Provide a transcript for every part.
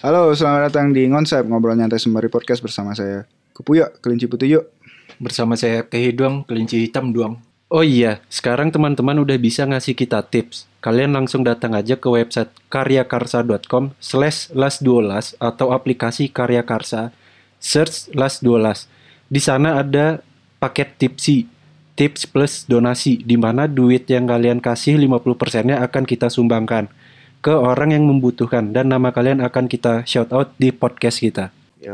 Halo, selamat datang di Ngonsep, ngobrol nyantai sembari podcast bersama saya Kepuyo, kelinci putih yuk. Bersama saya Kehiduang, kelinci hitam doang. Oh iya, sekarang teman-teman udah bisa ngasih kita tips. Kalian langsung datang aja ke website karyakarsa.com/las12 atau aplikasi Karya Karsa, search Las 12. Di sana ada paket tipsi, tips plus donasi, di mana duit yang kalian kasih 50%-nya akan kita sumbangkan ke orang yang membutuhkan dan nama kalian akan kita shout out di podcast kita.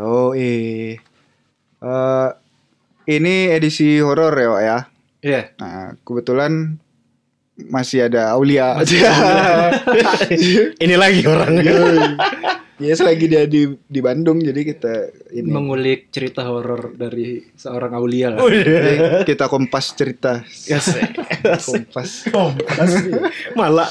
Ini edisi horor ya, Wak, ya. Iya. Nah, kebetulan masih ada Aulia. Ini lagi orangnya. Ya, selagi dia di Bandung, jadi kita ini Mengulik cerita horor dari seorang Aulia lah. jadi kita kompas cerita. Yes. Kompas. Malah.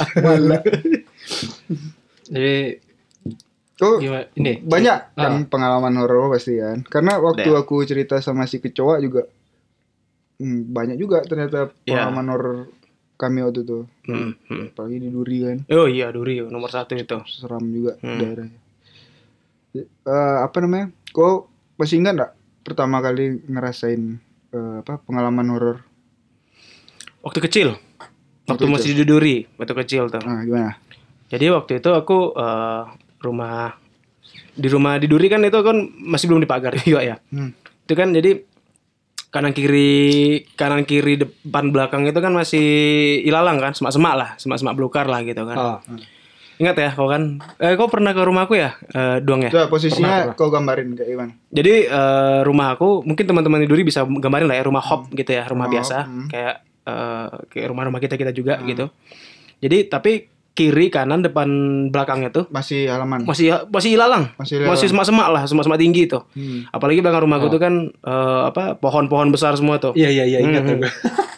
Jadi Gimana? Ini banyak kan pengalaman horor pasti kan. Karena waktu Udah. aku cerita sama si kecoa juga banyak juga ternyata pengalaman horor kami waktu itu. Apalagi di Duri kan. Oh iya, Duri nomor 1 itu. Seram juga daerahnya. Apa namanya? Kau masih ingat nggak pertama kali ngerasain pengalaman horor? Waktu kecil. Waktu Waktu masih di Duri, waktu kecil tuh. Nah, gimana? Jadi waktu itu aku rumah di Duri kan itu kan masih belum dipagar juga ya. Itu kan jadi kanan kiri depan belakang itu kan masih ilalang kan, semak belukar lah gitu kan. Ingat ya kau kan? Kau pernah ke rumahku ya, Duang ya? Coba posisinya kau gambarin kayak gimana? Jadi rumah aku mungkin teman-teman di Duri bisa gambarin lah ya, rumah hop gitu ya, rumah biasa kayak rumah-rumah kita juga gitu. Jadi tapi kiri kanan depan belakangnya tuh Masih halaman. masih ilalang, masih semak-semak lah, semak-semak tinggi tuh. Apalagi belakang rumahku tuh kan pohon-pohon besar semua tuh. Iya ingat gue.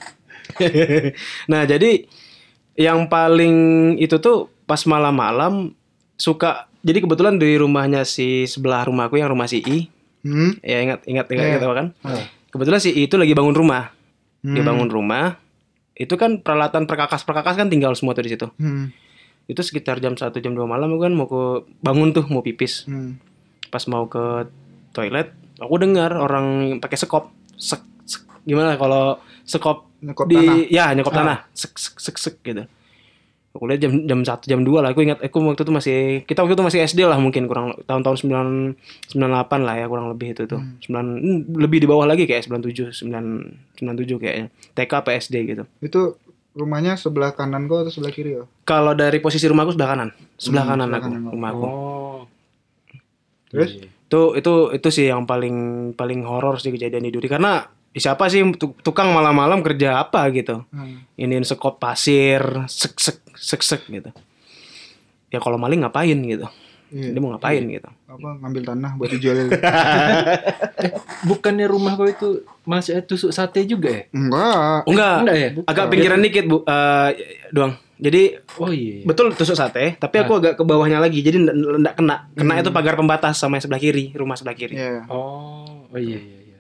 Nah jadi yang paling itu tuh pas malam-malam suka, jadi kebetulan di rumahnya si sebelah rumahku yang rumah si I. Ya ingat kan. Kebetulan si I itu lagi bangun rumah. Dia bangun rumah. Itu kan peralatan perkakas kan tinggal semua tuh di situ. Itu sekitar jam 1 jam 2 malam aku kan bangun tuh mau pipis. Pas mau ke toilet, aku dengar orang pakai sekop. Gimana kalau sekop Nyekop di tanah. ya nyekop tanah. Sek gitu. Aku lihat jam 1 jam 2 lah. Aku ingat waktu itu masih SD lah, mungkin kurang tahun-tahun 98 lah ya, kurang lebih itu tuh. 9 lebih di bawah lagi kayak 97 kayaknya. TK apa SD gitu. Itu rumahnya sebelah kanan kau atau sebelah kiri ya? Kalau dari posisi rumahku sebelah kanan. Sebelah kanan sebelah aku, kanan. rumahku. Terus? Itu sih yang paling horor sih kejadian di Duri, karena siapa sih tukang malam-malam kerja apa gitu. Iniin sekop pasir, sek gitu. Ya kalau maling ngapain gitu. Iya. Dia mau ngapain gitu. Apa ngambil tanah buat dijual? Bukannya rumah kau itu masih ada tusuk sate juga ya? Enggak ya? Agak pinggiran dikit doang. Jadi Oh iya. betul tusuk sate, tapi aku agak ke bawahnya lagi. Jadi enggak kena itu pagar pembatas sama yang sebelah kiri, rumah sebelah kiri. Iya. Oh iya.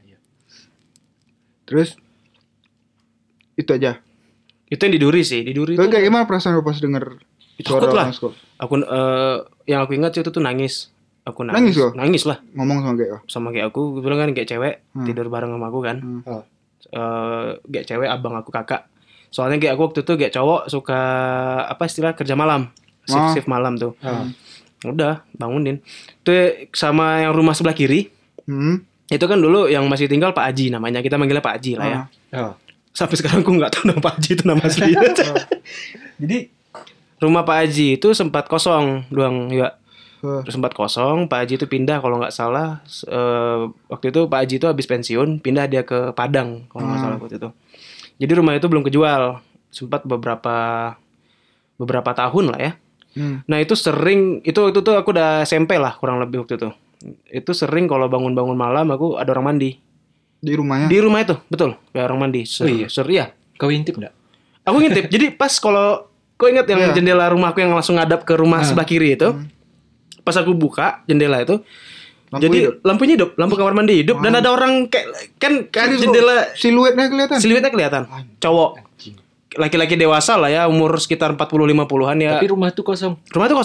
Terus itu aja. Itu yang di Duri sih. Di Duri Kau itu kayak gimana perasaan lu pas denger takut lah. Mas Kok? Aku yang aku ingat itu tuh nangis. Aku Nangis lo? Nangis lah. Ngomong sama kayak Sama kayak aku bilang kan, kayak cewek tidur bareng sama aku kan. Kayak cewek abang aku kakak. Soalnya kayak aku waktu itu kayak cowok suka istilah kerja malam. Shift malam tuh. Udah bangunin. Tuh sama yang rumah sebelah kiri. Itu kan dulu yang masih tinggal Pak Haji namanya. Kita manggilnya Pak Haji lah ya. Sampai sekarang aku nggak tahu nama Pak Haji itu nama asli. Jadi rumah Pak Haji itu sempat kosong doang ya. Terus sempat kosong, Pak Haji itu pindah kalau nggak salah. Waktu itu Pak Haji itu habis pensiun, pindah dia ke Padang kalau nggak salah waktu itu. Jadi rumah itu belum kejual. Sempat beberapa tahun lah ya. Nah itu sering, itu tuh aku udah SMP lah kurang lebih waktu itu. Itu sering kalau bangun-bangun malam aku ada orang mandi. di rumahnya. Di rumah itu, betul. Kayak orang mandi. Iya. Kau intip enggak? Aku ngintip. Jadi pas kalau kau ingat yang jendela rumahku yang langsung ngadap ke rumah sebelah kiri itu. Pas aku buka jendela itu, lampunya hidup, lampu kamar mandi hidup, dan ada orang kayak kan jendela siluetnya kelihatan. Cowok. Laki-laki dewasa lah ya, umur sekitar 40-50-an ya. Tapi rumah itu kosong. Rumah itu kosong.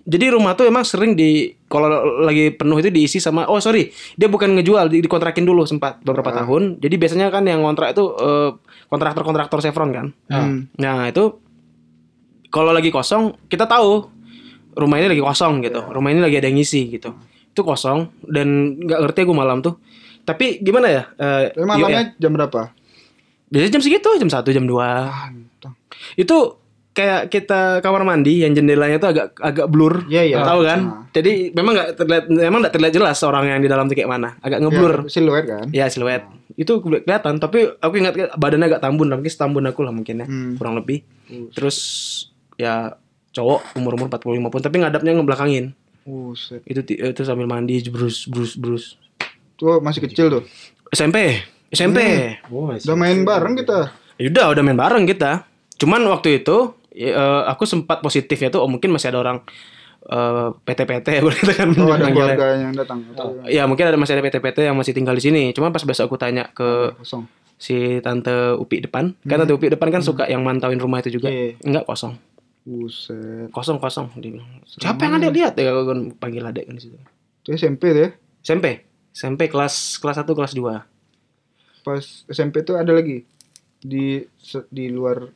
Jadi rumah tuh emang sering kalau lagi penuh itu diisi sama dia bukan ngejual, dikontrakin dulu sempat beberapa tahun. Jadi biasanya kan yang kontrak itu kontraktor Chevron kan. Nah, itu kalau lagi kosong kita tahu rumah ini lagi kosong gitu. Rumah ini lagi ada yang ngisi gitu. Itu kosong dan nggak ngerti aku malam tuh. Tapi gimana ya? Malamnya jam berapa? Biasanya jam segitu, jam 1, jam 2. Itu kayak kita kamar mandi yang jendelanya tuh agak blur, tahu kan? Jadi memang nggak terlihat jelas orang yang di dalam tuh kayak mana, agak ngeblur. Siluet kan? Ya siluet. Itu kelihatan, tapi aku ingat badannya agak tambun, mungkin setambun aku lah mungkin ya, kurang lebih. Terus ya cowok umur 40-50, tapi ngadapnya ngebelakangin. Itu sambil mandi brus. Tuh masih kecil tuh. SMP. Udah main bareng kita. Udah main bareng kita. Cuman waktu itu aku sempat positif ya tuh, mungkin masih ada orang PT-PT kan. Ada keluarga yang datang. Ya mungkin masih ada PT-PT yang masih tinggal di sini. Cuma pas besok aku tanya ke si tante Upi depan, kan tante Upi depan kan suka yang mantauin rumah itu juga. Enggak, kosong. Buset. Kosong dia bilang. Siapa yang ada lihat ya, aku panggil adek kan di situ. Itu SMP tuh ya? SMP kelas 1 kelas 2. Pas SMP tuh ada lagi di luar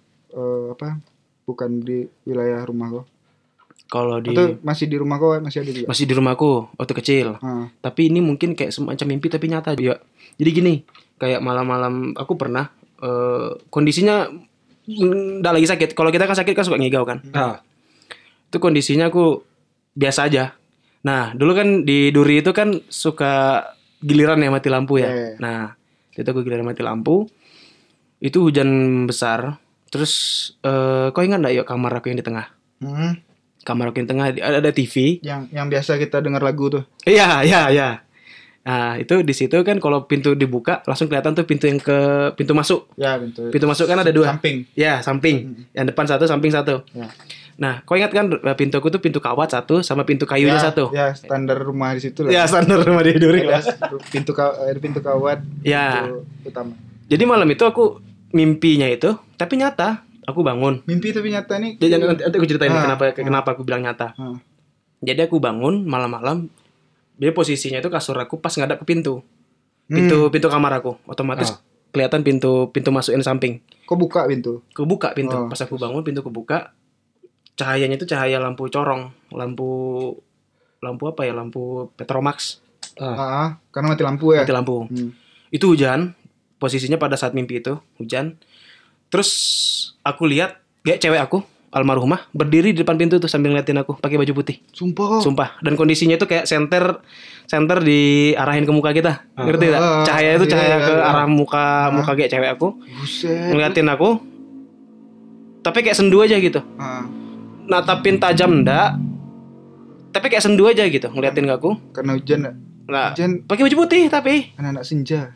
bukan di wilayah rumah kau. Kalau atau masih di rumah kau masih ada juga? Masih di rumahku waktu kecil. Tapi ini mungkin kayak semacam mimpi tapi nyata juga. Jadi gini, kayak malam-malam aku pernah kondisinya nggak lagi sakit. Kalau kita kan sakit kan suka ngigau kan. Itu kondisinya aku biasa aja. Nah dulu kan di Duri itu kan suka giliran ya mati lampu ya. Nah itu aku giliran mati lampu. Itu hujan besar. Terus kau ingat nggak yuk kamar aku yang di tengah? Kamar aku yang tengah ada TV. Yang biasa kita dengar lagu tuh. Iya. Nah itu di situ kan kalau pintu dibuka langsung kelihatan tuh pintu masuk. Ya pintu masuk kan ada 2. Samping. Ya samping. Yang depan 1, samping 1. Ya. Nah kau ingat kan pintuku tuh pintu kawat 1 sama pintu kayunya 1. Ya standar rumah di situ lah. Ya standar rumah di Duri lah. Pintu kawat. Ya. Pintu utama. Jadi malam itu aku mimpinya itu, tapi nyata. Aku bangun. Mimpi tapi nyata nih. Jadi nanti aku ceritain kenapa aku bilang nyata. Jadi aku bangun malam-malam. Jadi posisinya itu kasur aku pas ngadap ke pintu kamar aku. Otomatis kelihatan pintu masukin samping. Kok buka pintu? Kebuka pintu. Pas aku bangun pintu kebuka. Cahayanya itu cahaya lampu corong, lampu apa ya? Lampu Petromax. Karena mati lampu ya. Mati lampu. Itu hujan. Posisinya pada saat mimpi itu hujan. Terus aku lihat kayak cewek aku almarhumah berdiri di depan pintu tuh sambil ngeliatin aku pakai baju putih. Sumpah. Dan kondisinya itu kayak senter diarahin ke muka kita. Ngerti gak? Cahaya itu cahaya ke arah muka kayak cewek aku. Buset. Ngeliatin aku. Tapi kayak sendu aja gitu. Natapin tajam enggak. Tapi kayak sendu aja gitu ngeliatin ke aku. Karena hujan. Nah, pakai baju putih tapi anak-anak senja.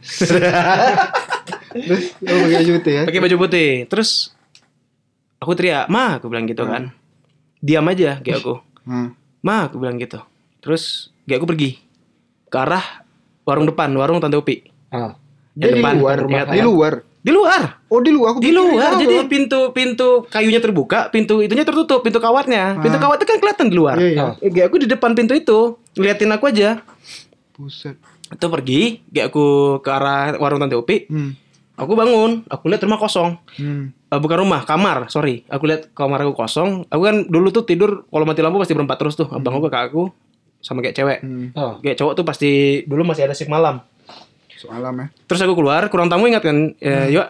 Terus pakai baju putih ya? Pakai baju putih. Terus aku teriak, "Ma," aku bilang gitu kan. Diam aja kayak aku. "Ma," aku bilang gitu. Terus kayak aku pergi ke arah warung depan, warung Tante Upi. Di depan luar rumah. Di luar. Oh, di luar. Di luar. Jadi pintu kayunya terbuka, pintu itunya tertutup, pintu kawatnya. Pintu kawatnya kan kelihatan di luar. Kayak aku di depan pintu itu, ngeliatin aku aja. Buset. Itu pergi, kayak aku ke arah warung Tante Upi. Aku bangun, aku lihat rumah kosong. Bukan rumah, kamar, sorry. Aku lihat kamar aku kosong. Aku kan dulu tuh tidur kalau mati lampu pasti berempat terus tuh. Abang aku, kakak aku, sama kayak cewek. Kayak cowok tuh pasti dulu masih ada shift malam. Ya. Terus aku keluar, ke ruang tamu ingat kan? Yuk.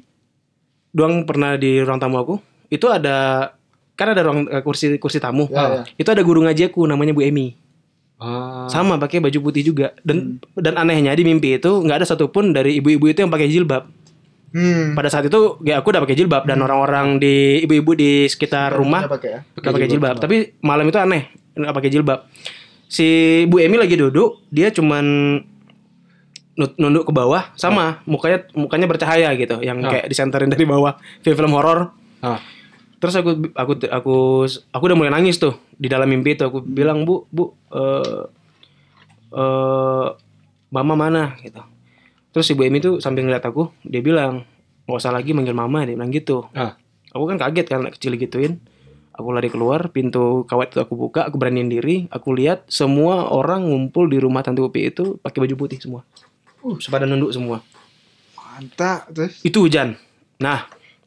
Doang pernah di ruang tamu aku. Itu ada kan ada ruang kursi tamu. Itu ada guru ngaji aku namanya Bu Emi. Sama pakai baju putih juga. Dan anehnya di mimpi itu nggak ada satupun dari ibu-ibu itu yang pakai jilbab. Pada saat itu ya aku udah pakai jilbab dan orang-orang di ibu-ibu di sekitar rumah udah pakai jilbab. Tapi malam itu aneh nggak pakai jilbab. Si Bu Emi lagi duduk, dia cuman nunduk ke bawah, sama mukanya bercahaya gitu, yang kayak disenterin dari bawah film horor. Terus aku udah mulai nangis tuh di dalam mimpi itu. Aku bilang, Bu, Mama mana gitu. Terus Ibu Emi tuh sambil ngeliat aku, dia bilang, nggak usah lagi manggil Mama, dia bilang gitu. Aku kan kaget kan, anak kecil gituin. Aku lari keluar, pintu kawat itu aku buka, aku beraniin diri, aku lihat semua orang ngumpul di rumah Tante Upi itu pakai baju putih semua. Sepadan nunduk semua. Mantap. Terus Itu hujan. Nah,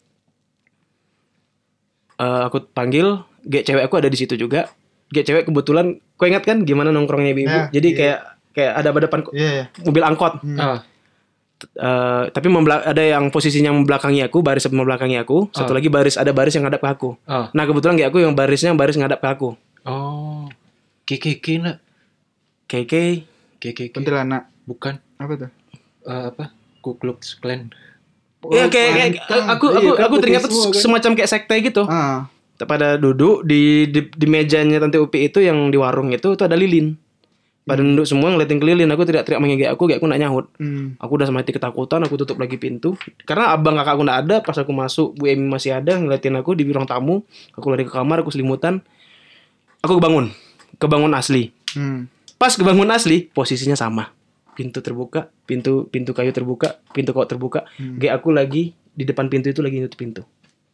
aku panggil, gek cewek aku ada di situ juga. Gek cewek kebetulan, kau ingat kan gimana nongkrongnya ibu-ibu? Ya, Jadi iya. kayak ada depan iya. mobil angkot. Tapi ada yang posisinya membelakangi aku, baris membelakangi aku. Satu lagi ada baris yang ngadap ke aku. Nah kebetulan kayak aku yang baris ngadap ke aku. Oh. KKK nak. KKK. Kuntilanak. Bukan. Apa tuh? Apa? Ku Klux Klan. Iya kayak aku teringat semacam kayak sekte gitu. Pada duduk di mejanya Tante Upi itu yang di warung itu ada lilin. Pada duduk semua ngeliatin ke lilin. Aku teriak-teriak manggil aku nak nyahut. Aku udah mati ketakutan, aku tutup lagi pintu. Karena abang kakak aku nggak ada, pas aku masuk Bu Emi masih ada ngeliatin aku di ruang tamu. Aku lari ke kamar, aku selimutan. Aku kebangun asli. Pas kebangun asli, posisinya sama. Pintu terbuka, pintu kayu terbuka, pintu kawat terbuka. Kayak aku lagi di depan pintu itu lagi nutup pintu.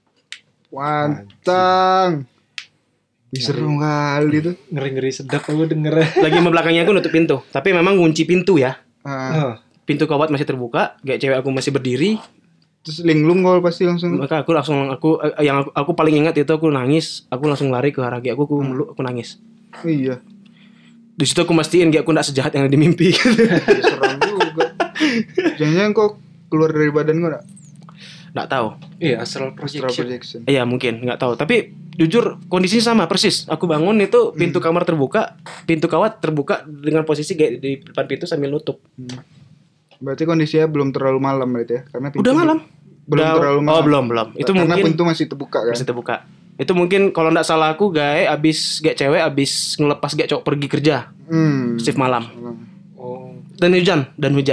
Wantang. Seru kali tuh. Ngeri-ngeri sedap aku denger. Lagi membelakangnya aku nutup pintu, tapi memang kunci pintu ya. Pintu kawat masih terbuka, kayak cewek aku masih berdiri. Terus linglung kalau pasti langsung. Maka aku paling ingat itu aku nangis, aku langsung lari ke arah kayak aku meluk, aku nangis. Iya. Di situ aku mastiin kayak aku enggak sejahat yang ada di mimpi. Seram juga. Jangan-jangan kok keluar dari badan gua enggak? Nggak tahu. Iya, astral projection. Iya mungkin, nggak tahu. Tapi jujur kondisinya sama persis. Aku bangun itu pintu kamar terbuka, pintu kawat terbuka dengan posisi kayak di depan pintu sambil nutup. Berarti kondisinya belum terlalu malam berarti ya? Karena pintu Udah malam. Belum terlalu malam. Oh belum. Itu karena mungkin pintu masih terbuka kan? masih terbuka. Itu mungkin kalau nggak salah aku abis cewek abis ngelepas cowok pergi kerja shift malam. Oh. Dan hujan.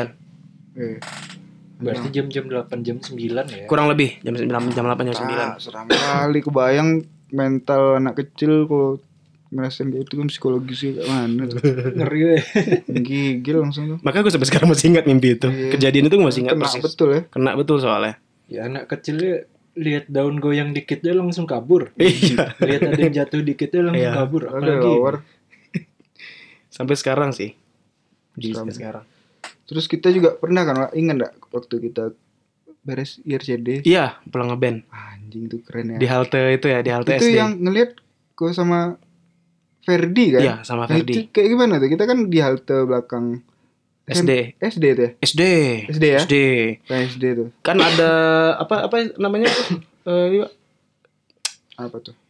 Berarti jam-jam 8 jam 9 ya. Kurang lebih jam 8 jam 9. Seram kali, kebayang mental anak kecil kok ngerasain kayak itu kan psikologisnya kayak mana tuh. Ngeri ya. Gigil langsung tuh. Makanya gue sampai sekarang masih ingat mimpi itu. Kejadian itu gue masih ingat Kena persis. betul ya. Kena betul soalnya. Ya anak kecilnya lihat daun goyang dikit dia langsung kabur. Iya. Lihat ada yang jatuh dikit dia langsung kabur. Apalagi sampai sekarang sih. Sampai Sekarang. Terus kita juga pernah kan, ingat enggak waktu kita beres IRCD? Iya, pulang ngeband. Anjing tuh keren ya. Di halte itu ya, di halte itu SD. yang ngelihat kok sama Ferdi kan? Iya, sama Ferdi. Itu kayak gimana tuh? Kita kan di halte belakang SD. SD tuh ya? SD ya? SD. Kayak SD tuh. Kan ada apa namanya tuh? Apa tuh?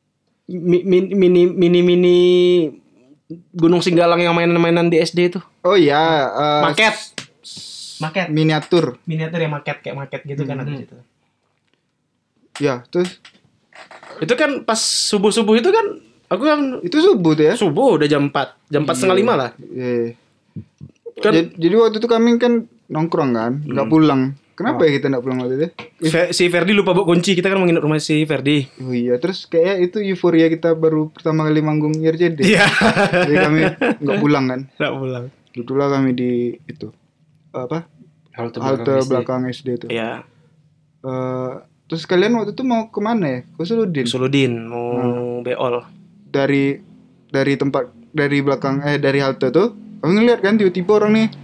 Mini Gunung Singgalang yang mainan-mainan di SD itu. Oh iya, Maket. Miniatur Ya kayak maket gitu kan ada di situ. Ya, terus Itu kan pas subuh-subuh itu kan aku kan itu subuh tuh ya? subuh udah jam 4, jam 4:30 lah. Iya. Kan Jadi waktu itu kami kan nongkrong kan, nggak pulang. Kenapa ya kita nggak pulang waktu itu? si Ferdi lupa bawa kunci, kita kan mau nginep rumah si Ferdi. Oh iya, terus kayak itu euforia kita baru pertama kali manggung IRCD. Iya. Jadi kami nggak pulang kan. Nggak pulang. Duduklah kami di itu apa? halte belakang SD itu. Iya. Terus kalian waktu itu mau kemana ya? Ke Suludin? Suludin mau beol. Dari tempat dari belakang dari halte tuh, kami ngeliat kan tiba-tiba orang nih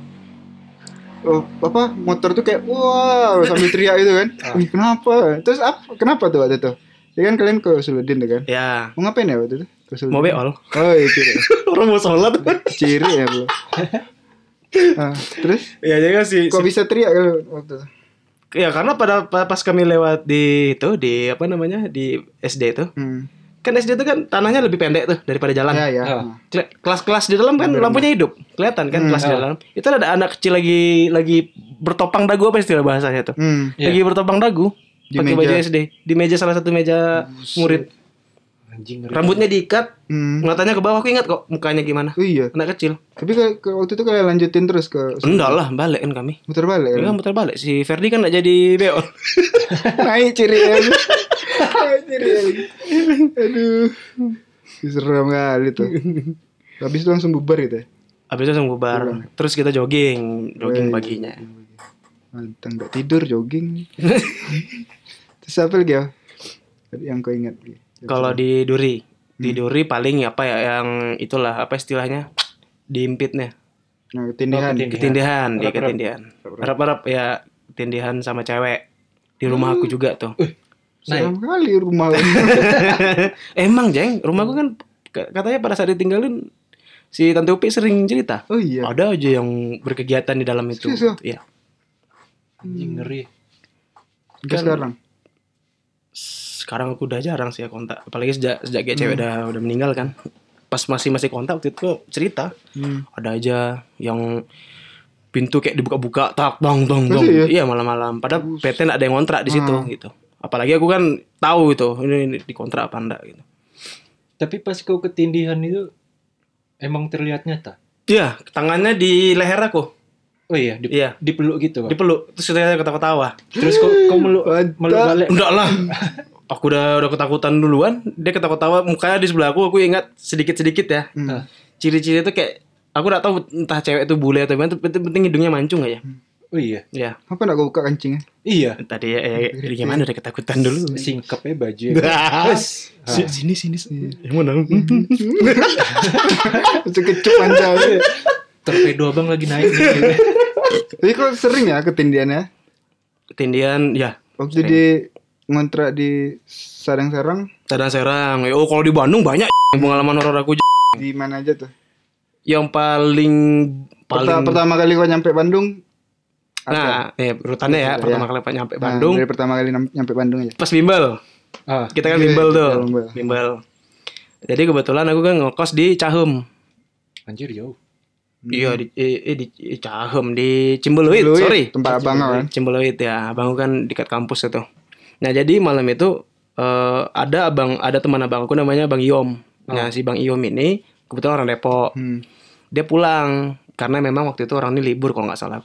motor tuh kayak wow sambil teriak itu kan. Kenapa? Terus kenapa tuh waktu itu? Ya kan kalian ke Suludin tuh kan? Ya. Mau ngapain ya waktu itu? Ke Suludin. Mau beol. Oh iya ciri. Orang mau sholat. Ciri ya bro. Terus? Ya jadi kan Kok bisa teriak kalau waktu itu? Ya karena pas kami lewat di apa namanya di SD itu. Kan SD itu kan tanahnya lebih pendek tuh daripada jalan. Ya. Kelas-kelas di dalam kan lampunya hidup, kelihatan kan kelas di dalam. Itu ada anak kecil lagi bertopang dagu, apa istilah bahasanya tuh? Lagi bertopang dagu pakai baju SD di meja, salah satu meja murid. Anjing, Rambutnya diikat, matanya ke bawah. Aku ingat kok mukanya gimana. Oh iya. Anak kecil. Tapi waktu itu kalian lanjutin terus ke Enggak lah, balik kan kami. muter balik Ya kan? kan muter balik. Si Ferdi kan enggak jadi beol. Naik ciri ya. Aduh. Seram kali tuh. Habis itu langsung bubar gitu ya. Habis itu langsung bubar. Terus kita jogging paginya. Manteng, nggak tidur jogging. Terus apa lagi ya? Tadi yang kau ingat? Kalau di Duri. Di Duri paling apa ya yang itulah apa istilahnya? Diimpitnya. Nah, ketindihan. Ketindihan, dia ketindihan. Rep-rep ya ketindihan sama cewek. Di rumah aku juga tuh. Seram kali rumah. Emang, Jeng, rumahku kan katanya pada saat ditinggalin si Tante Upi sering cerita. Oh iya. Ada aja yang berkegiatan di dalam itu. Serius, Iya. Anjing ngeri. Sampai sekarang. Sekarang aku udah jarang sih ya kontak. Apalagi sejak kayak cewek udah meninggal kan. Pas masih kontak waktu itu cerita. Ada aja yang pintu kayak dibuka-buka, tak dong. Iya? Iya, malam-malam. Padahal PT ada yang ngontrak di situ gitu. Apalagi aku kan tahu itu ini dikontrak apa enggak gitu. Tapi pas kau ketindihan itu emang terlihat nyata? Iya, tangannya di leher aku. Oh iya, dipeluk gitu, Pak. Dipeluk, terus saya ketawa-tawa. Terus kau meluk balik. Enggak lah. Aku udah ketakutan duluan, dia ketawa-tawa, mukanya di sebelah aku ingat sedikit-sedikit ya. Ciri-ciri itu kayak aku enggak tahu entah cewek itu bule atau gimana, penting hidungnya mancung aja. Oh iya. Iya. Apa enggak gue buka kancingnya? Iya. Tadi gimana udah ketakutan dulu. Singkapnya baju ya. Sini. Yang mana? Kecup aja. Torpedo abang lagi naik nih. Tapi kok sering ya ketindihannya? Ketindihan, ya. Waktu di ngontrak di Sarang-Sarang. Serang. Oh, kalau di Bandung banyak pengalaman horor aku. Di mana aja tuh? Yang paling Pertama kali gua nyampe Bandung. Nah, urutannya ya. Pertama kali nyampe Bandung. Dari pertama kali nyampe Bandung aja. Pas bimbel. Kita kan bimbel tuh. Bimbel. Jadi kebetulan aku kan ngekos di Cahem. Anjir jauh. Iya di Cahem, di Cimbuluit. Sorry. Tempat abang kan. Cimbuluit ya. Abang kan dekat kampus itu. Nah, jadi malam itu ada teman abang aku namanya Bang Iom. Nah, si Bang Iom ini kebetulan orang Depok. Dia pulang karena memang waktu itu orang ini libur kalau nggak salah aku.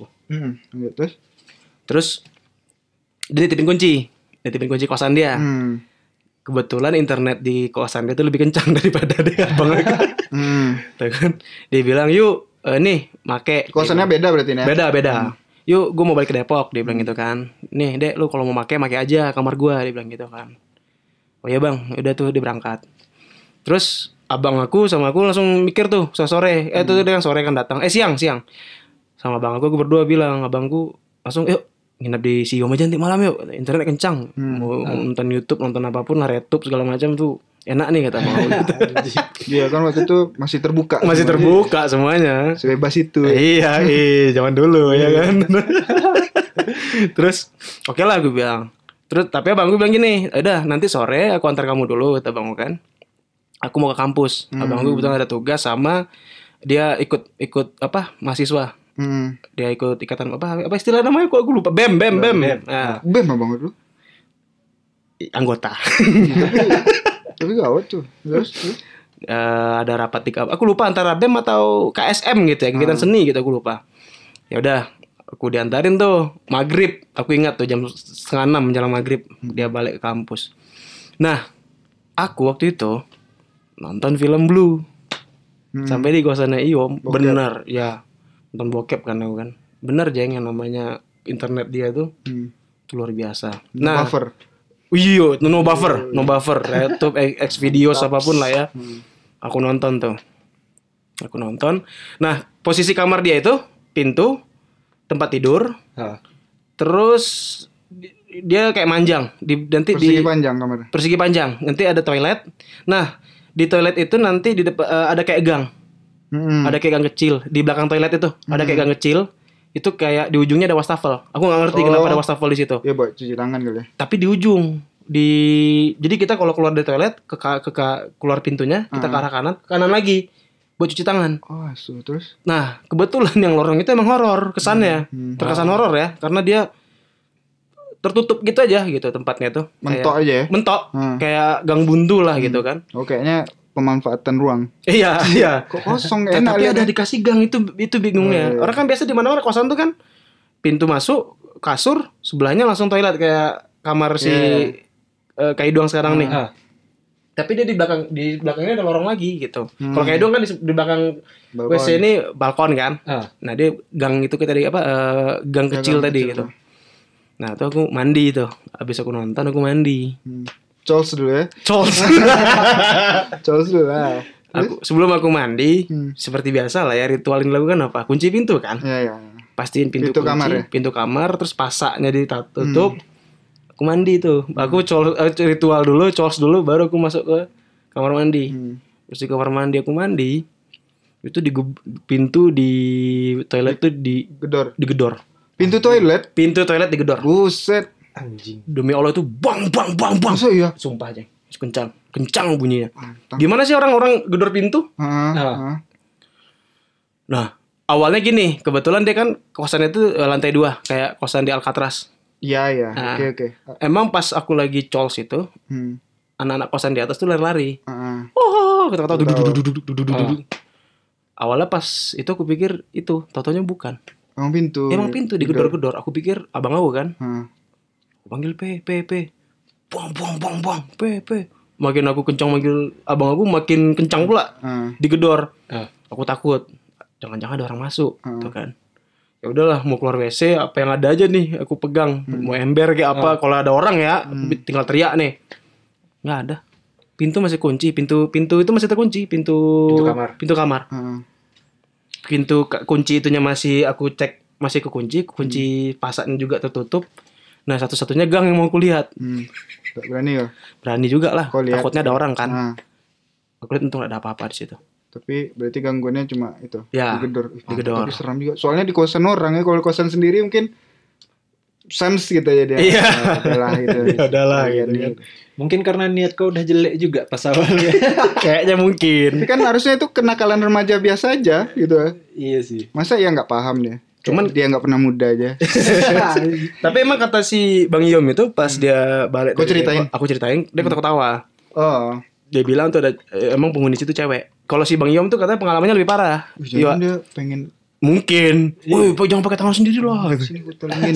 Terus dia nitipin kunci kosan dia. Kebetulan internet di kosan dia tuh lebih kencang daripada dia abang aku. Tuh kan. Dia bilang, "Yuk, nih, make." Kosannya beda berarti nih. Beda. Yuk, gue mau balik ke Depok, dia bilang gitu kan. Nih, Dek, lu kalau mau make aja kamar gue, dia bilang gitu kan. Oh iya bang, udah tuh dia berangkat. Terus abang aku sama aku langsung mikir tuh sore. Itu dia kan sore kan datang. Siang. Sama abang aku berdua bilang, abangku langsung, yuk nginep di Siom aja nanti malam yuk. Internet kencang. Mau nonton YouTube, nonton apapun lah, RedTube segala macam tuh. Enak nih kata mau. Iya kan waktu itu masih terbuka. Masih terbuka semuanya. Sebebas itu. Iya, zaman dulu ya kan. Terus oke lah gue bilang. Terus tapi abang gue bilang gini, udah nanti sore aku antar kamu dulu kata abang kan. Aku mau ke kampus. Abang gue kebetulan ada tugas sama dia ikut apa mahasiswa. Dia ikut ikatan apa istilah namanya kok aku lupa. BEM. Nah, BEM abang dulu. Anggota. Tapi gawat tuh. Terus ada rapat di aku lupa antara BEM atau KSM gitu ya, kegiatan seni gitu aku lupa. Ya udah, aku diantarin tuh maghrib. Aku ingat tuh jam 5:30 menjelang maghrib dia balik ke kampus. Nah, aku waktu itu nonton film Blue. Sampai di kosannya Iom, bener ya. Nonton bokep kan aku kan. Bener Jeng yang namanya internet dia tuh. Itu luar biasa. Nah, buffer. Iya, no buffer, YouTube, X videos apapun lah ya. Aku nonton tuh. Nah, posisi kamar dia itu pintu, tempat tidur. Terus dia kayak manjang. Panjang kamar. Persegi panjang. Nanti ada toilet. Nah, di toilet itu nanti di depan ada kayak gang. Ada kayak gang kecil di belakang toilet itu. Ada kayak gang kecil. Itu kayak di ujungnya ada wastafel. Aku nggak ngerti kenapa ada wastafel di situ. Iya buat cuci tangan kali ya. Tapi di ujung jadi kita kalau keluar dari toilet ke keluar pintunya kita ke arah kanan lagi buat cuci tangan. Terus? Nah kebetulan yang lorong itu emang horor kesannya, terkesan horor ya karena dia tertutup gitu aja gitu tempatnya tuh. Mentok aja ya? Mentok, kayak gang buntu lah gitu kan. Kayaknya pemanfaatan ruang. Iya. Kok kosong enak. Tapi ada dikasih gang itu bingungnya. Orang kan biasa di mana-mana kosan tuh kan pintu masuk kasur sebelahnya langsung toilet kayak kamar si Kaidoang sekarang nih. Tapi dia di belakangnya ada lorong lagi gitu. Kalau Kaidoang kan di belakang WC ini balkon kan. Nah dia gang itu kita gang kecil tadi gitu. Nah tuh aku mandi tuh. Abis aku nonton aku mandi. Cols dulu ya. Cols. Cols dulu lah. Sebelum aku mandi, seperti biasa lah ya, ritual yang dilakukan apa? Kunci pintu kan? Iya. Pastiin pintu kunci, kamar ya? pintu kamar, terus pasaknya ditutup. Aku mandi tuh. Aku ritual dulu, cols dulu, baru aku masuk ke kamar mandi. Terus di kamar mandi aku mandi. Itu pintu di toilet tuh digedor. Pintu toilet? Pintu toilet digedor. Buset. Anjing. Demi Allah itu bang. Masa iya? Sumpah aja. Kencang bunyinya. Gimana sih orang-orang gedor pintu? Nah, awalnya gini, kebetulan dia kan kosannya itu lantai 2, kayak kosan di Alcatraz. Iya. Nah, Oke. Emang pas aku lagi cols itu, anak-anak kosan di atas tuh lari-lari. Kata-kata duduk. Awalnya pas itu aku pikir itu, taunya bukan. Emang pintu digedor-gedor. Aku pikir abang aku kan. Aku panggil P. Buang, P. Makin aku kencang manggil abang aku, makin kencang pula. Digedor. Aku takut. Jangan-jangan ada orang masuk, gitu kan. Ya udahlah, mau keluar WC, apa yang ada aja nih, aku pegang. Mau ember kayak apa, kalau ada orang ya, aku tinggal teriak nih. Nggak ada. Pintu masih kunci, pintu itu masih terkunci, pintu kamar. Pintu kunci itunya masih aku cek, masih kunci pasaknya juga tertutup. Nah, satu-satunya gang yang mau aku lihat. Gak berani ya? Berani juga lah. Takutnya ada orang kan. Aku lihat untung gak ada apa-apa di situ. Tapi berarti gangguannya cuma itu. Ya, digedor. digedor. Tapi seram juga. Soalnya di kosan orang ya. Kalau kosan sendiri mungkin sans gitu ya dia. Iya. Adalah gitu. Mungkin karena niat kau udah jelek juga pas awalnya. Kayaknya mungkin. Tapi kan harusnya itu kenakalan remaja biasa aja gitu. Iya sih. Masa ya nggak paham dia? Cuman dia nggak pernah muda aja. Tapi emang kata si Bang Yom itu pas dia balik. Aku ceritain, dia ketawa-ketawa. Oh. Dia bilang tuh ada emang penghuni situ cewek. Kalau si Bang Yom tuh katanya pengalamannya lebih parah. Jangan dia pengen. Mungkin. Woi, jangan pakai tangan sendiri lah. Sini gue tolongin.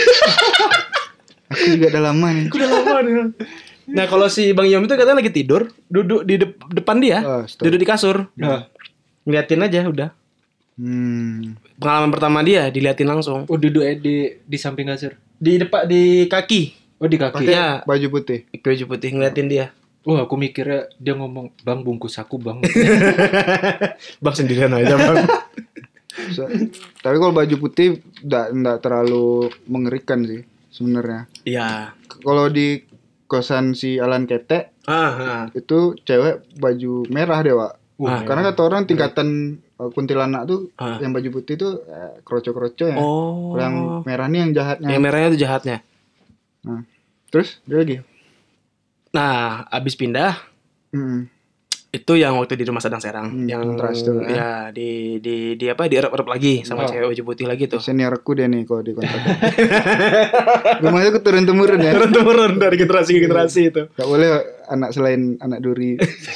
Aku juga udah lama nih. Nah kalau si Bang Yom itu katanya lagi tidur, duduk di depan dia, duduk di kasur, ngeliatin aja udah. Pengalaman pertama dia diliatin langsung. Oh, duduk di samping kasur. Di depan, di kaki. Oh, di kaki. Ya, baju putih. Baju putih ngeliatin dia. Wah, aku mikirnya dia ngomong, "Bang, bungkus aku, Bang." Bang sendirian aja, Bang. Tapi kalau baju putih enggak terlalu mengerikan sih sebenarnya. Iya. Kalau di kosan si Alan Kete, itu cewek baju merah deh, Wak. Karena kata orang tingkatan kuntilanak tuh yang baju putih tuh kroco-kroco ya. Yang merah nih yang jahatnya. Yang merahnya tuh jahatnya. Nah, terus dia lagi. Nah, abis pindah, itu yang waktu di rumah Sadang Serang, yang kontras tuh, ya di apa, dierep-erep lagi sama cewek baju putih lagi tuh. Seniorku dia nih kalau di kontrak. Rumahnya turun temurun ya. Turun temurun dari generasi ke generasi itu. Gak boleh anak selain anak duri.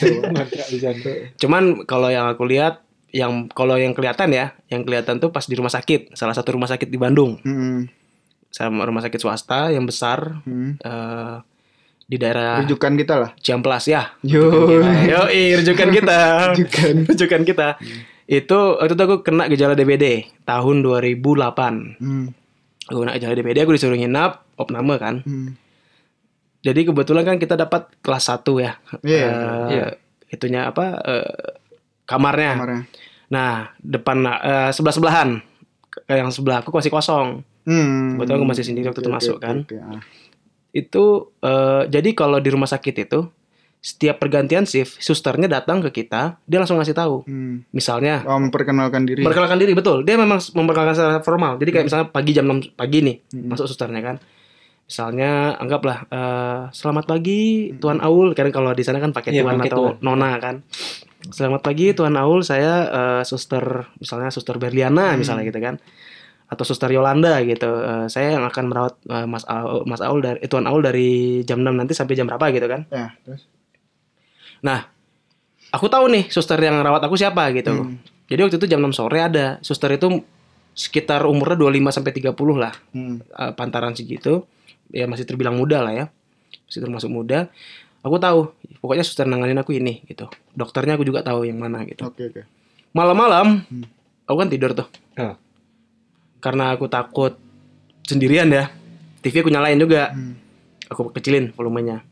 Cuman kalau yang aku lihat, kalau yang kelihatan tuh pas di rumah sakit, salah satu rumah sakit di Bandung, sama rumah sakit swasta yang besar. Di daerah rujukan kita lah, Ciamplas ya. Rujukan kita. Rujukan kita. Itu aku kena gejala DBD tahun 2008. Aku kena gejala DBD, aku disuruh nginap, opname kan. Jadi kebetulan kan kita dapat kelas 1 ya. Itunya apa? Kamarnya. Nah, depan sebelah-sebelahan. Yang sebelah aku masih kosong. Kebetulan aku masih sendiri waktu itu masuk kan. Itu jadi kalau di rumah sakit itu setiap pergantian shift, susternya datang ke kita, dia langsung ngasih tahu. Misalnya memperkenalkan diri. Memperkenalkan diri, betul. Dia memang memperkenalkan secara formal. Jadi kayak misalnya pagi jam 6 pagi nih, masuk susternya kan. Misalnya anggaplah selamat pagi Tuan Aul, karena kalau di sana kan pakai Tuan atau Nona kan. Selamat pagi Tuan Aul, saya suster, misalnya suster Berliana misalnya gitu kan. Atau suster Yolanda gitu. Saya yang akan merawat Mas Aul dari Tuan Aul dari jam 6 nanti sampai jam berapa gitu kan. Ya, terus. Nah, aku tahu nih suster yang rawat aku siapa gitu. Jadi waktu itu jam 6 sore ada suster itu sekitar umurnya 25 sampai 30 lah. Pantaran segitu. Ya masih terbilang muda lah ya. Masih termasuk muda. Aku tahu, pokoknya suster nanganin aku ini gitu. Dokternya aku juga tahu yang mana gitu. Oke. Malam-malam aku kan tidur tuh. Karena aku takut sendirian ya. TV aku nyalain juga. Aku kecilin volumenya.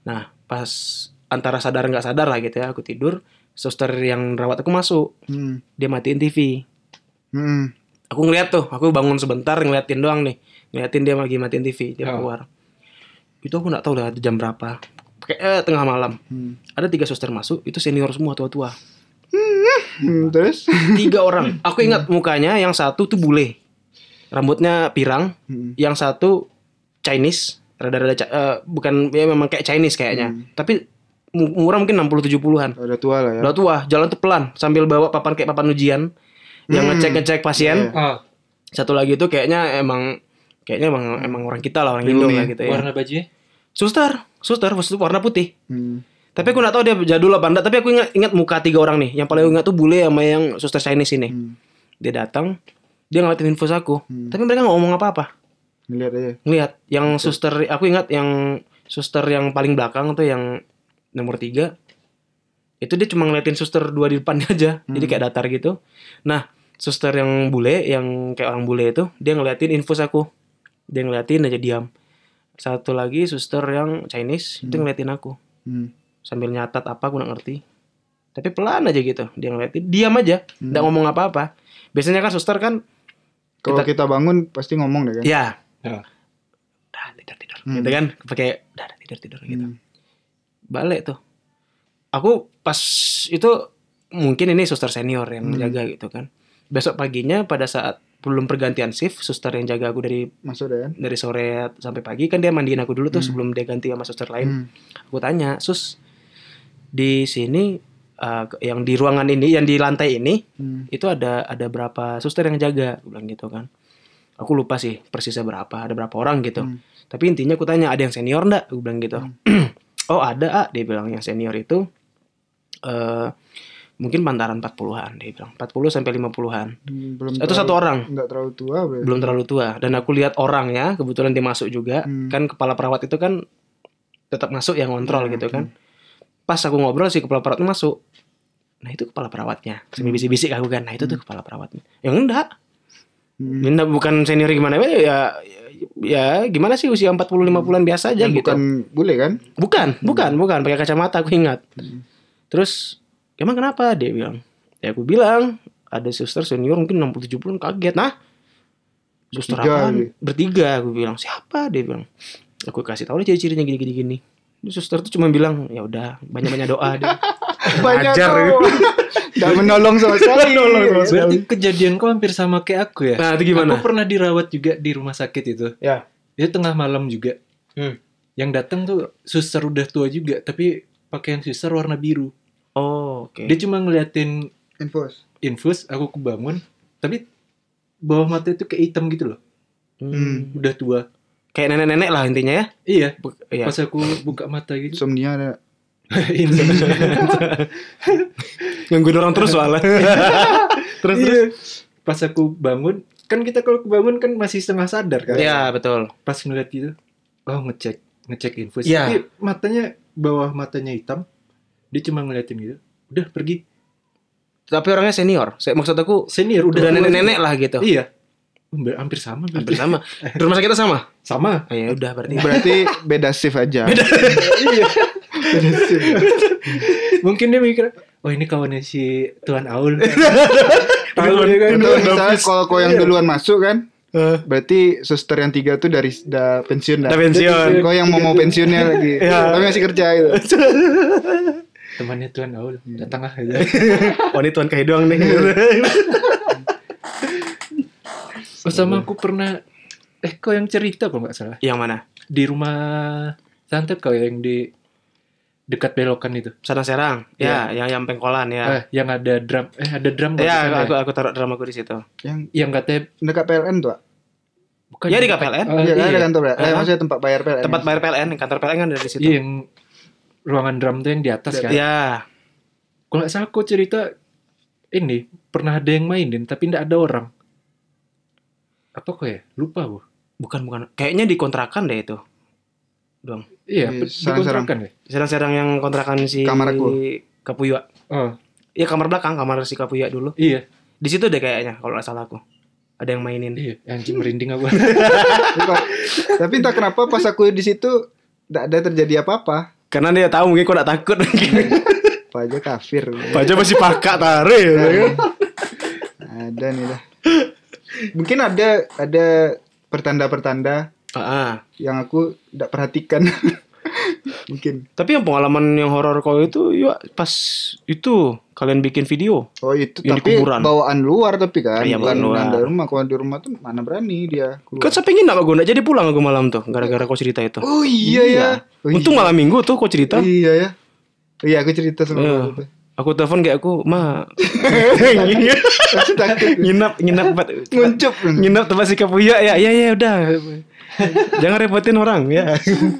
Nah, pas antara sadar nggak sadar lah gitu ya, aku tidur, suster yang rawat aku masuk. Dia matiin TV. Aku ngeliat tuh, aku bangun sebentar ngeliatin doang nih. Ngeliatin dia lagi matiin TV, dia keluar. Itu aku nggak tahu lah jam berapa. Kayak tengah malam. Ada 3 suster masuk, itu senior semua, tua-tua. Terus 3 orang. Aku ingat mukanya, yang satu tuh bule. Rambutnya pirang, yang satu Chinese, rada-rada bukan ya memang kayak Chinese kayaknya. Tapi umurnya mungkin 60-70-an. Udah tua lah ya. Udah tua, jalan tuh pelan sambil bawa papan kayak papan ujian yang ngecek pasien. Satu lagi tuh kayaknya emang orang kita lah, orang Indo lah gitu ya. Warna bajunya? Suster warna putih. Tapi aku nggak tahu dia jadul apa enggak, tapi aku ingat muka 3 orang nih. Yang paling ingat tuh bule sama yang suster Chinese ini. Dia datang, dia ngeliatin infus aku. Tapi mereka nggak ngomong apa-apa. Ngeliat aja. Ngeliat. Yang suster, aku ingat yang suster yang paling belakang tuh yang nomor 3. Itu dia cuma ngeliatin suster 2 di depannya aja. Jadi kayak datar gitu. Nah, suster yang bule, yang kayak orang bule itu, dia ngeliatin infus aku. Dia ngeliatin aja diam. Satu lagi suster yang Chinese, itu ngeliatin aku. Sambil nyatat apa aku gak ngerti. Tapi pelan aja gitu. Dia ngeliatin, diam aja. Gak ngomong apa-apa. Biasanya kan suster kan kalau kita bangun pasti ngomong deh kan. Ya. Udah tidur. Gitu kan. Pakai udah tidur gitu. Balik tuh. Aku pas itu mungkin ini suster senior yang jaga gitu kan. Besok paginya pada saat belum pergantian shift, suster yang jaga aku dari sore sampai pagi kan dia mandiin aku dulu tuh sebelum dia ganti sama suster lain. Aku tanya, "Sus, di sini yang di ruangan ini, yang di lantai ini itu ada berapa suster yang jaga?" Aku bilang gitu kan. Aku lupa sih persisnya berapa, ada berapa orang gitu. Tapi intinya aku tanya, "Ada yang senior enggak?" Aku bilang gitu. "Oh, ada, dia bilang yang senior itu mungkin pantaran 40-an, dia bilang. 40 sampai 50-an. Itu satu orang. Enggak terlalu tua berarti. Belum terlalu tua. Dan aku lihat orangnya, kebetulan dia masuk juga. Kan kepala perawat itu kan tetap masuk yang ngontrol gitu kan. Pas aku ngobrol si kepala perawatnya masuk. Nah, itu kepala perawatnya. Semi bisik-bisik aku kan. Nah, itu tuh kepala perawatnya. Yang enggak. Enggak, bukan senior gimana ya gimana sih, usia 40-50-an biasa aja gitu. Bukan bule kan? Bukan, pakai kacamata aku ingat. Terus emang kenapa? Dia bilang. Ya aku bilang ada suster senior mungkin 60-70-an, kaget. Nah, suster apaan? Bertiga aku bilang. Siapa? Dia bilang. Aku kasih tahu dia ciri-cirinya gini. Suster tuh cuma bilang, ya udah banyak-banyak doa dia. Banyak doa. Gak menolong sama sekali. Berarti kejadian kau hampir sama kayak aku ya. Nah, itu gimana? Aku pernah dirawat juga di rumah sakit itu. Ya. Itu tengah malam juga. Yang datang tuh suster udah tua juga, tapi pakaian suster warna biru. Oh, oke. Dia cuma ngeliatin infus, aku kebangun, tapi bawah mata itu kayak hitam gitu loh. Udah tua. Kayak nenek-nenek lah intinya ya. Iya. Pas aku buka mata gitu. Insomnia ada. Gangguin orang terus soalnya. Terus. Pas aku bangun, kan kita kalau kebangun kan masih setengah sadar kan. Iya, betul. Pas ngeliat gitu, ngecek infus. Tapi matanya, bawah matanya hitam. Dia cuma ngeliatin gitu. Udah pergi. Tapi orangnya senior. Maksud aku senior, udah nenek-nenek lah gitu. Iya. Hampir sama. Di rumah sakit kita sama? Sama. Oh, ya udah berarti beda shift aja. Iya. Beda shift. Mungkin dia mikir, oh ini kawannya si Tuan Aul. Misalnya kalau yang duluan masuk kan, berarti suster yang 3 tuh udah pensiun dah. Kau yang mau pensiunnya lagi, tapi masih kerja gitu. Temannya Tuan Aul datang aja. Oh, ini Tuan Kai doang nih. Sama aku pernah, kau yang cerita kalau nggak salah. Yang mana? Di rumah tante kau yang di dekat belokan itu. Sana Serang. Ya, yang pengkolan ya. Yang ada drum. Ada drum. Ya, aku taruh drum aku di situ. Yang katanya dekat PLN tuh. Bukan. Ya di KPLN. Iya, ada kantor ya. Maksudnya tempat bayar PLN. Tempat bayar PLN, kantor PLN kan ada di situ. Iya, yang ruangan drum tuh yang di atas kan. Iya. Kalau nggak salah aku cerita ini pernah ada yang mainin tapi nggak ada orang. Apa kok ya? Lupa bu. Bukan. Kayaknya dikontrakan deh itu. Dong. Iya, dikontrakan deh. Serang-serang yang kontrakan si kamar aku. Kapuya. Oh. Iya, kamar belakang, kamar si Kapuya dulu. Iya. Di situ deh kayaknya kalau nggak salah aku. Ada yang mainin. Iya, anjing merinding aku. Tapi entah kenapa pas aku di situ nggak ada terjadi apa-apa. Karena dia tahu mungkin kau tak takut. Paja kafir. Paja masih pakai tarik ya. Ada nih lah. Mungkin ada pertanda-pertanda yang aku tidak perhatikan. Mungkin. Tapi yang pengalaman yang horor kau itu ya pas itu kalian bikin video. Oh itu tapi bawaan luar tapi kan. Iya, bawaan luar. Di rumah. Kalau di rumah tuh mana berani dia keluar. Kan sampai nginap aku nggak jadi pulang aku malam tuh gara-gara kau cerita itu. Oh iya ya. Untung malam minggu tuh kau cerita. Iya ya. Iya aku cerita sama itu. Aku telepon kayak aku, nginap tempat si Kapuya ya. Ya udah. Jangan repotin orang ya.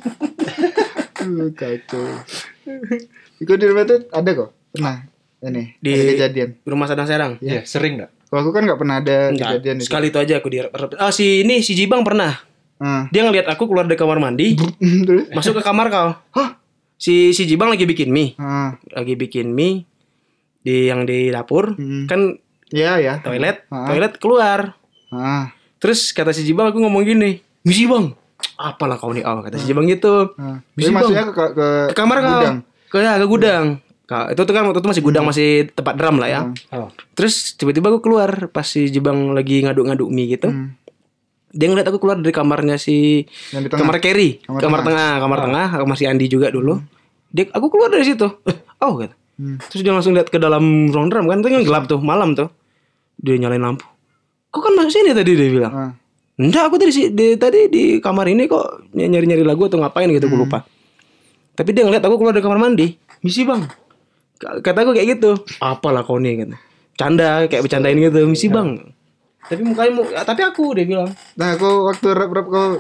Kacau. Ikut di rumah tuh ada kok. Pernah. Ini di ada kejadian. Rumah Sadang Serang. Iya, sering enggak? Kalau aku kan enggak pernah ada kejadian itu. Sekali itu aja aku si Jibang pernah. Dia ngelihat aku keluar dari kamar mandi, masuk ke kamar kau. Hah? Si Jibang lagi bikin mie. Lagi bikin mie yang di dapur. Kan ya. Toilet keluar. Terus kata si Jibang aku ngomong gini, "Misi Bang, apalah kau nih?" kata si Jibang gitu. Misi maksudnya ke kamar gudang. Ke gudang. Itu tuh kan waktu itu masih gudang, masih tempat drum lah ya. Terus tiba-tiba aku keluar pas si Jibang lagi ngaduk-ngaduk mie gitu. Dia ngeliat aku keluar dari kamarnya kamar Kerry, kamar tengah, sama si Andi juga dulu. Aku keluar dari situ. Gitu. Terus dia langsung lihat ke dalam ruang drum kan, itu kan gelap tuh, malam tuh. Dia nyalain lampu. "Kok kan masuk sini tadi?" dia bilang. "Enggak, aku tadi di kamar ini kok nyari-nyari lagu atau ngapain gitu, aku lupa." Tapi dia ngeliat aku keluar dari kamar mandi. "Misi Bang." Kata aku kayak gitu. "Apalah kau nih?" gitu. Canda, kayak bercandain gitu. "Misi Bang." Tapi mukanya tapi aku dia bilang. Nah, aku waktu rap kau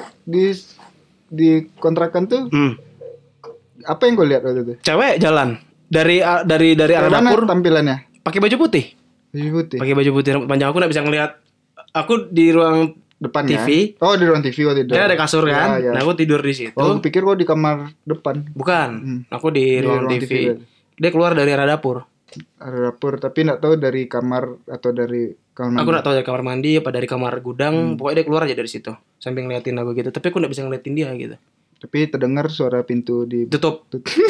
di kontrakan tuh. Apa yang kau lihat waktu itu? Cewek jalan dari arah dapur. Tampilannya? Pakai baju putih. Pakai baju putih rambut panjang. Aku enggak bisa ngelihat. Aku di ruang depan TV. Ya? Oh, di ruang TV waktu itu. Ya ada kasur kan. Ya. Nah, aku tidur di situ. Oh, aku pikir kau di kamar depan. Bukan. Aku di ruang TV. Dia keluar dari arah dapur. Tapi enggak tahu dari kamar atau dari kamar mandi. Aku enggak tahu dari kamar mandi apa dari kamar gudang. Pokoknya dia keluar aja dari situ. Sambil ngeliatin aku gitu. Tapi aku enggak bisa ngeliatin dia gitu. Tapi terdengar suara pintu ditutup.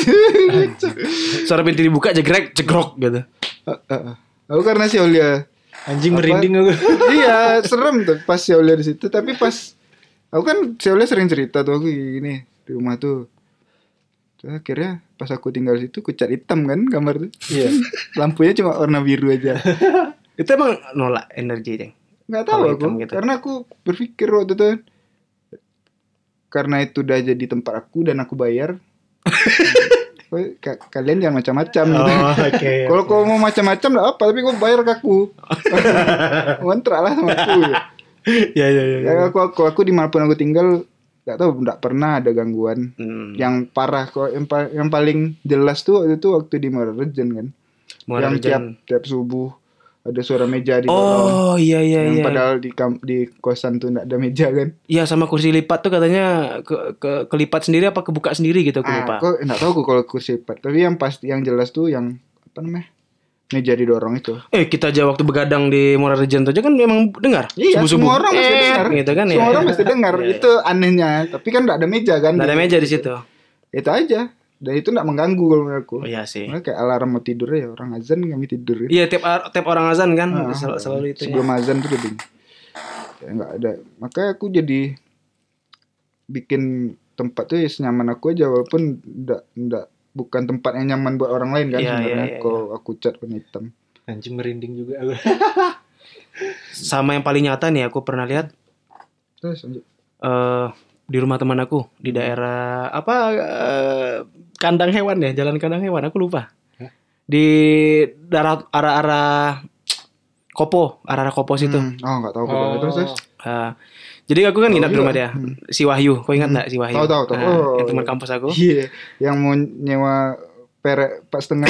Suara pintu dibuka jegrok gitu. Aku karena si Aulia anjing merinding aku. Iya, serem tuh pas si Aulia di situ. Tapi pas aku kan si Aulia sering cerita tuh aku gini di rumah tuh. Terus akhirnya pas aku tinggal situ aku cat hitam kan kamar tuh. Iya. Lampunya cuma warna biru aja. Itu emang nolak energi, Ceng? Enggak tahu aku. Gitu. Karena aku berpikir waktu itu karena itu udah jadi tempat aku dan aku bayar. Kalian jangan macam-macam gitu. Okay, kalau kau mau macam-macam enggak apa, tapi kau bayar ke aku. Kontrak lah sama aku. Ya. Ya aku dimanapun aku tinggal enggak tahu, enggak pernah ada gangguan. Yang parah kok yang paling jelas tuh waktu di Muara Rejen kan. Yang tiap subuh ada suara meja di bawah. Oh iya. Padahal di kosan tuh enggak ada meja kan. Iya, sama kursi lipat tuh katanya kelipat sendiri apa kebuka sendiri gitu, aku lupa. Aku enggak tahu kalau kursi lipat. Tapi yang pasti yang jelas tuh yang apa namanya? Meja didorong itu. Kita aja waktu begadang di Muara Rejen aja kan memang dengar. Iya, subuh-subuh. Semua orang pasti dengar. Gitu kan, semua orang pasti dengar. Itu anehnya. Tapi kan enggak ada meja kan. Enggak ada meja di situ. Itu aja. Dan itu enggak mengganggu kalau menurut aku. Oh iya sih. Karena kayak alarm mau tidur ya, orang azan kami tidur. Iya, tiap orang azan kan selalu itu. Sebelum azan tuh jadi ya enggak ada. Makanya aku jadi bikin tempat tuh ya senyaman aku aja, walaupun enggak bukan tempat yang nyaman buat orang lain kan sebenarnya. Kalau aku cat warna hitam. Anjing merinding juga aku. Sama yang paling nyata nih aku pernah lihat. Terus lanjut. Di rumah teman aku di daerah kandang hewan ya, jalan kandang hewan, aku lupa. Di daerah arah Kopo situ. Enggak tahu terus. Jadi aku kan nginap di rumah dia, si Wahyu. Kau ingat enggak si Wahyu? Tahu. Yang teman kampus aku. Iya, yang mau nyewa perek 4,5.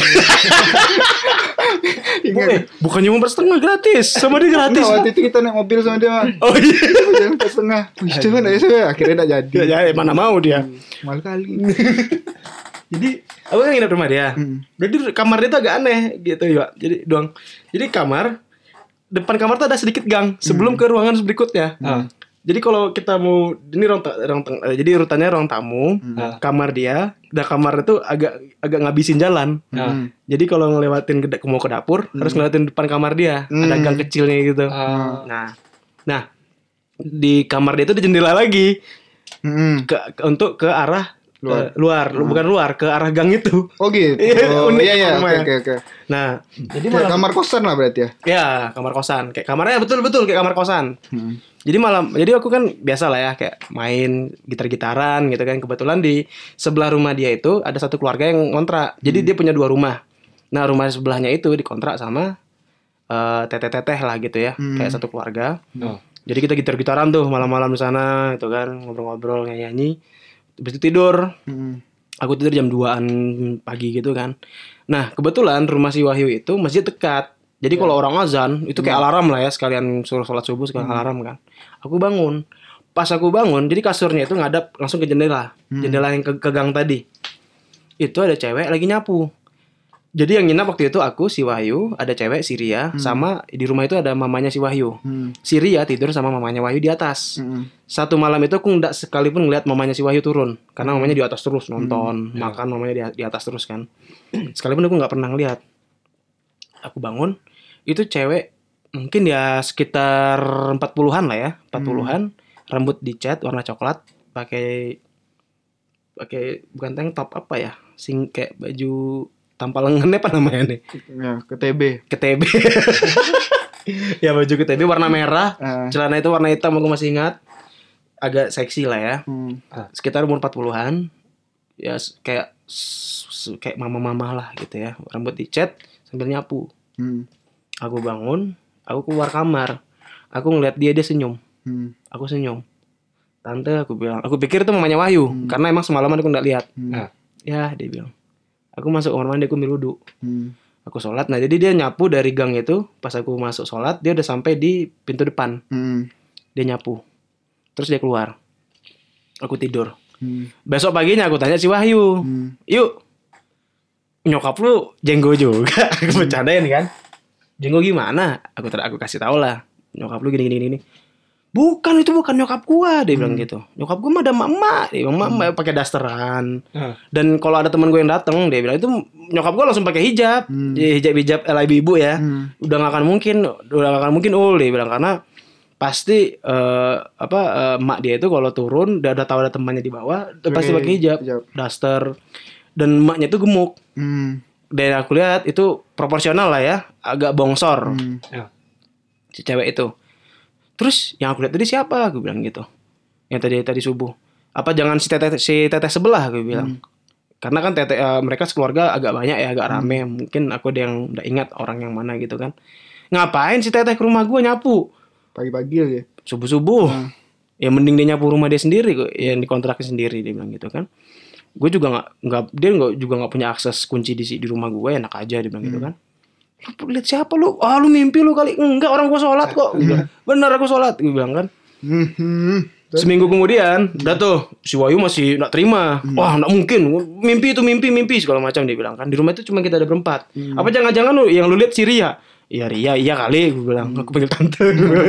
Ingat. Bukannya mau 4,5 gratis, sama dia gratis. Waktu itu kita naik mobil sama dia. Oh iya. 4,5. Wih, coba enggak ya, akhirnya enggak jadi. Ya, mana mau dia. Mal kali. Jadi aku kan nginap di rumah dia. Jadi kamar dia tuh agak aneh gitu ya. Jadi depan kamar tuh ada sedikit gang sebelum ke ruangan berikutnya. Jadi kalau kita mau ini jadi urutannya ruang tamu, kamar dia, kamar itu agak ngabisin jalan. Jadi kalau ngelewatin mau ke dapur harus ngelewatin depan kamar dia, ada gang kecilnya gitu. Nah di kamar dia itu ada jendela lagi untuk ke arah bukan luar, ke arah gang itu. Oh gitu. Iya. Oke. Nah, jadi kayak kamar kosan lah berarti ya. Ya, kamar kosan. Kayak kamarnya betul kayak kamar kosan. Jadi aku kan biasa lah ya kayak main gitar-gitaran gitu kan. Kebetulan di sebelah rumah dia itu ada satu keluarga yang ngontrak. Jadi dia punya 2 rumah. Nah, rumah sebelahnya itu dikontrak sama teteh-teteh lah gitu ya. Kayak satu keluarga. Jadi kita gitar-gitaran tuh malam-malam di sana itu kan, ngobrol-ngobrol, nyanyi. Habis itu tidur. Aku tidur jam 2-an pagi gitu kan. Nah, kebetulan rumah si Wahyu itu masjid dekat. Jadi kalau orang azan itu kayak alarm lah ya, sekalian suruh sholat subuh sekalian alarm kan. Aku bangun. Pas aku bangun, jadi kasurnya itu ngadap langsung ke jendela. Jendela yang ke gang tadi. Itu ada cewek lagi nyapu. Jadi yang nginap waktu itu aku, si Wahyu, ada cewek si Ria, sama di rumah itu ada mamanya si Wahyu. Si Ria tidur sama mamanya Wahyu di atas. Satu malam itu aku nggak sekalipun ngeliat mamanya si Wahyu turun, karena mamanya di atas terus nonton, makan mamanya di atas terus kan. Sekalipun aku nggak pernah ngeliat. Aku bangun, itu cewek mungkin ya sekitar 40-an lah ya, 40-an, rambut dicat warna coklat, pakai bukan tank top apa ya, kayak baju tanpa lengannya apa namanya nih? Ya, KTB. Ya baju KTB warna merah, celana itu warna hitam aku masih ingat. Agak seksi lah ya. Sekitar umur 40-an. Ya kayak mama-mama lah gitu ya. Rambut dicat sambil nyapu. Aku bangun, aku keluar kamar. Aku ngeliat dia senyum. Aku senyum. Tante, aku bilang, aku pikir itu mamanya Wahyu, karena emang semalaman aku nggak lihat. Ya, dia bilang. Aku masuk kamar mandi, aku ambil wudhu. Aku sholat. Nah, jadi dia nyapu dari gang itu. Pas aku masuk sholat, dia udah sampai di pintu depan. Dia nyapu. Terus dia keluar. Aku tidur. Besok paginya aku tanya si Wahyu. Yuk, nyokap lu jenggo juga. Aku bercandain kan. Jenggo gimana? Aku kasih tau lah. Nyokap lu gini. Bukan, itu bukan nyokap gua, dia bilang gitu. Nyokap gua mah ada emak, emak pakai dasteran. Dan kalau ada teman gua yang datang, dia bilang itu nyokap gua langsung pakai hijab. Hijab ibu ya. Udah gak akan mungkin dia bilang, karena pasti emak dia itu kalau turun udah tahu ada temannya di bawah, pasti pakai hijab, daster. Dan emaknya itu gemuk. Dan aku lihat itu proporsional lah ya, agak bongsor. Si cewek itu. Terus yang aku lihat tadi siapa? Aku bilang gitu. Yang tadi subuh. Apa jangan si teteh sebelah? Aku bilang. Karena kan teteh mereka sekeluarga agak banyak ya, agak rame. Mungkin aku ada yang udah ingat orang yang mana gitu kan. Ngapain si teteh ke rumah gue nyapu? Pagi-pagi aja. Subuh-subuh. Ya mending dia nyapu rumah dia sendiri, yang dikontrakin sendiri, dia bilang gitu kan. Gue juga nggak punya akses kunci di rumah gue, enak aja dia bilang gitu kan. Lu lihat siapa lu? Lu mimpi lu kali. Enggak, orang gua sholat kok. Bener, aku sholat, gue bilang kan. Seminggu kemudian, udah tuh si Wahyu masih nggak terima. Wah, nggak mungkin. Mimpi segala macam dia bilang kan. Di rumah itu cuma kita ada berempat. Apa jangan-jangan lu yang lu lihat si Ria? Iya Ria, iya kali, gue bilang. Aku panggil tante.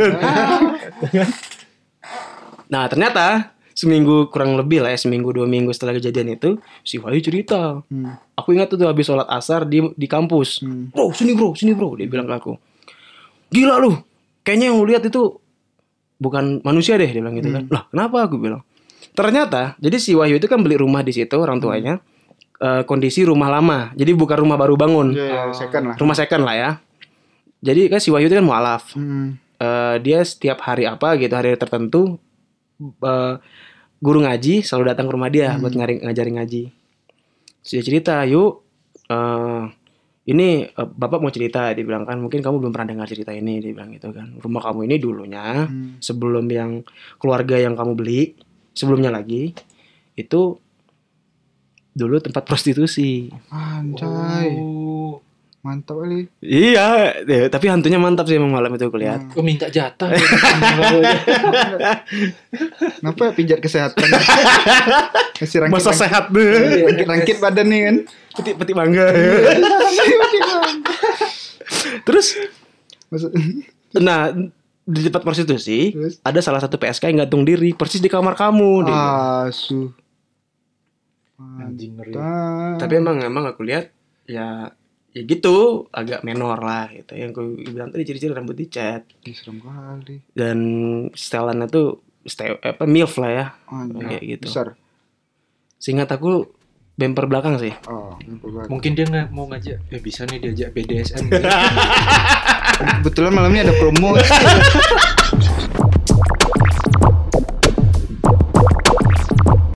Nah, ternyata seminggu kurang lebih lah ya, seminggu 2 minggu setelah kejadian itu, si Wahyu cerita. Aku ingat tuh habis sholat asar di kampus. Bro, sini bro, dia bilang ke aku. Gila lu, kayaknya yang lu lihat itu bukan manusia deh, dia bilang gitu kan. Lah, kenapa? Aku bilang. Ternyata, jadi si Wahyu itu kan beli rumah di situ, orang tuanya. Kondisi rumah lama, jadi bukan rumah baru bangun. Second lah. Rumah second lah ya. Jadi kan si Wahyu itu kan mualaf. Dia setiap hari hari tertentu, guru ngaji selalu datang ke rumah dia buat ngajarin ngaji. Dia cerita, yuk ini bapak mau cerita, dia bilang kan, mungkin kamu belum pernah dengar cerita ini, dia bilang gitu kan. Rumah kamu ini dulunya sebelum yang keluarga yang kamu beli, sebelumnya lagi itu dulu tempat prostitusi. Anjay. Mantap kali. Iya, tapi hantunya mantap sih emang malam itu aku lihat. Gue minta jatah. Kenapa pijat kesehatan? Kasih masa sehat deh. Rangkit badan nih kan. Peti mangga. Terus nah di tempat prostitusi ada salah satu PSK yang gantung diri persis di kamar kamu. Asu. Anjing ngeri. Tapi emang aku lihat ya gitu agak menor lah gitu. Yang gue bilang tadi ciri-ciri rambut dicat. Serem kali. Dan setelannya tuh milf lah ya. Kayak gitu. Besar. Seingat aku bumper belakang sih. Mungkin dia nggak mau ngajak. Bisa nih diajak BDSM. Kebetulan malamnya ada promo.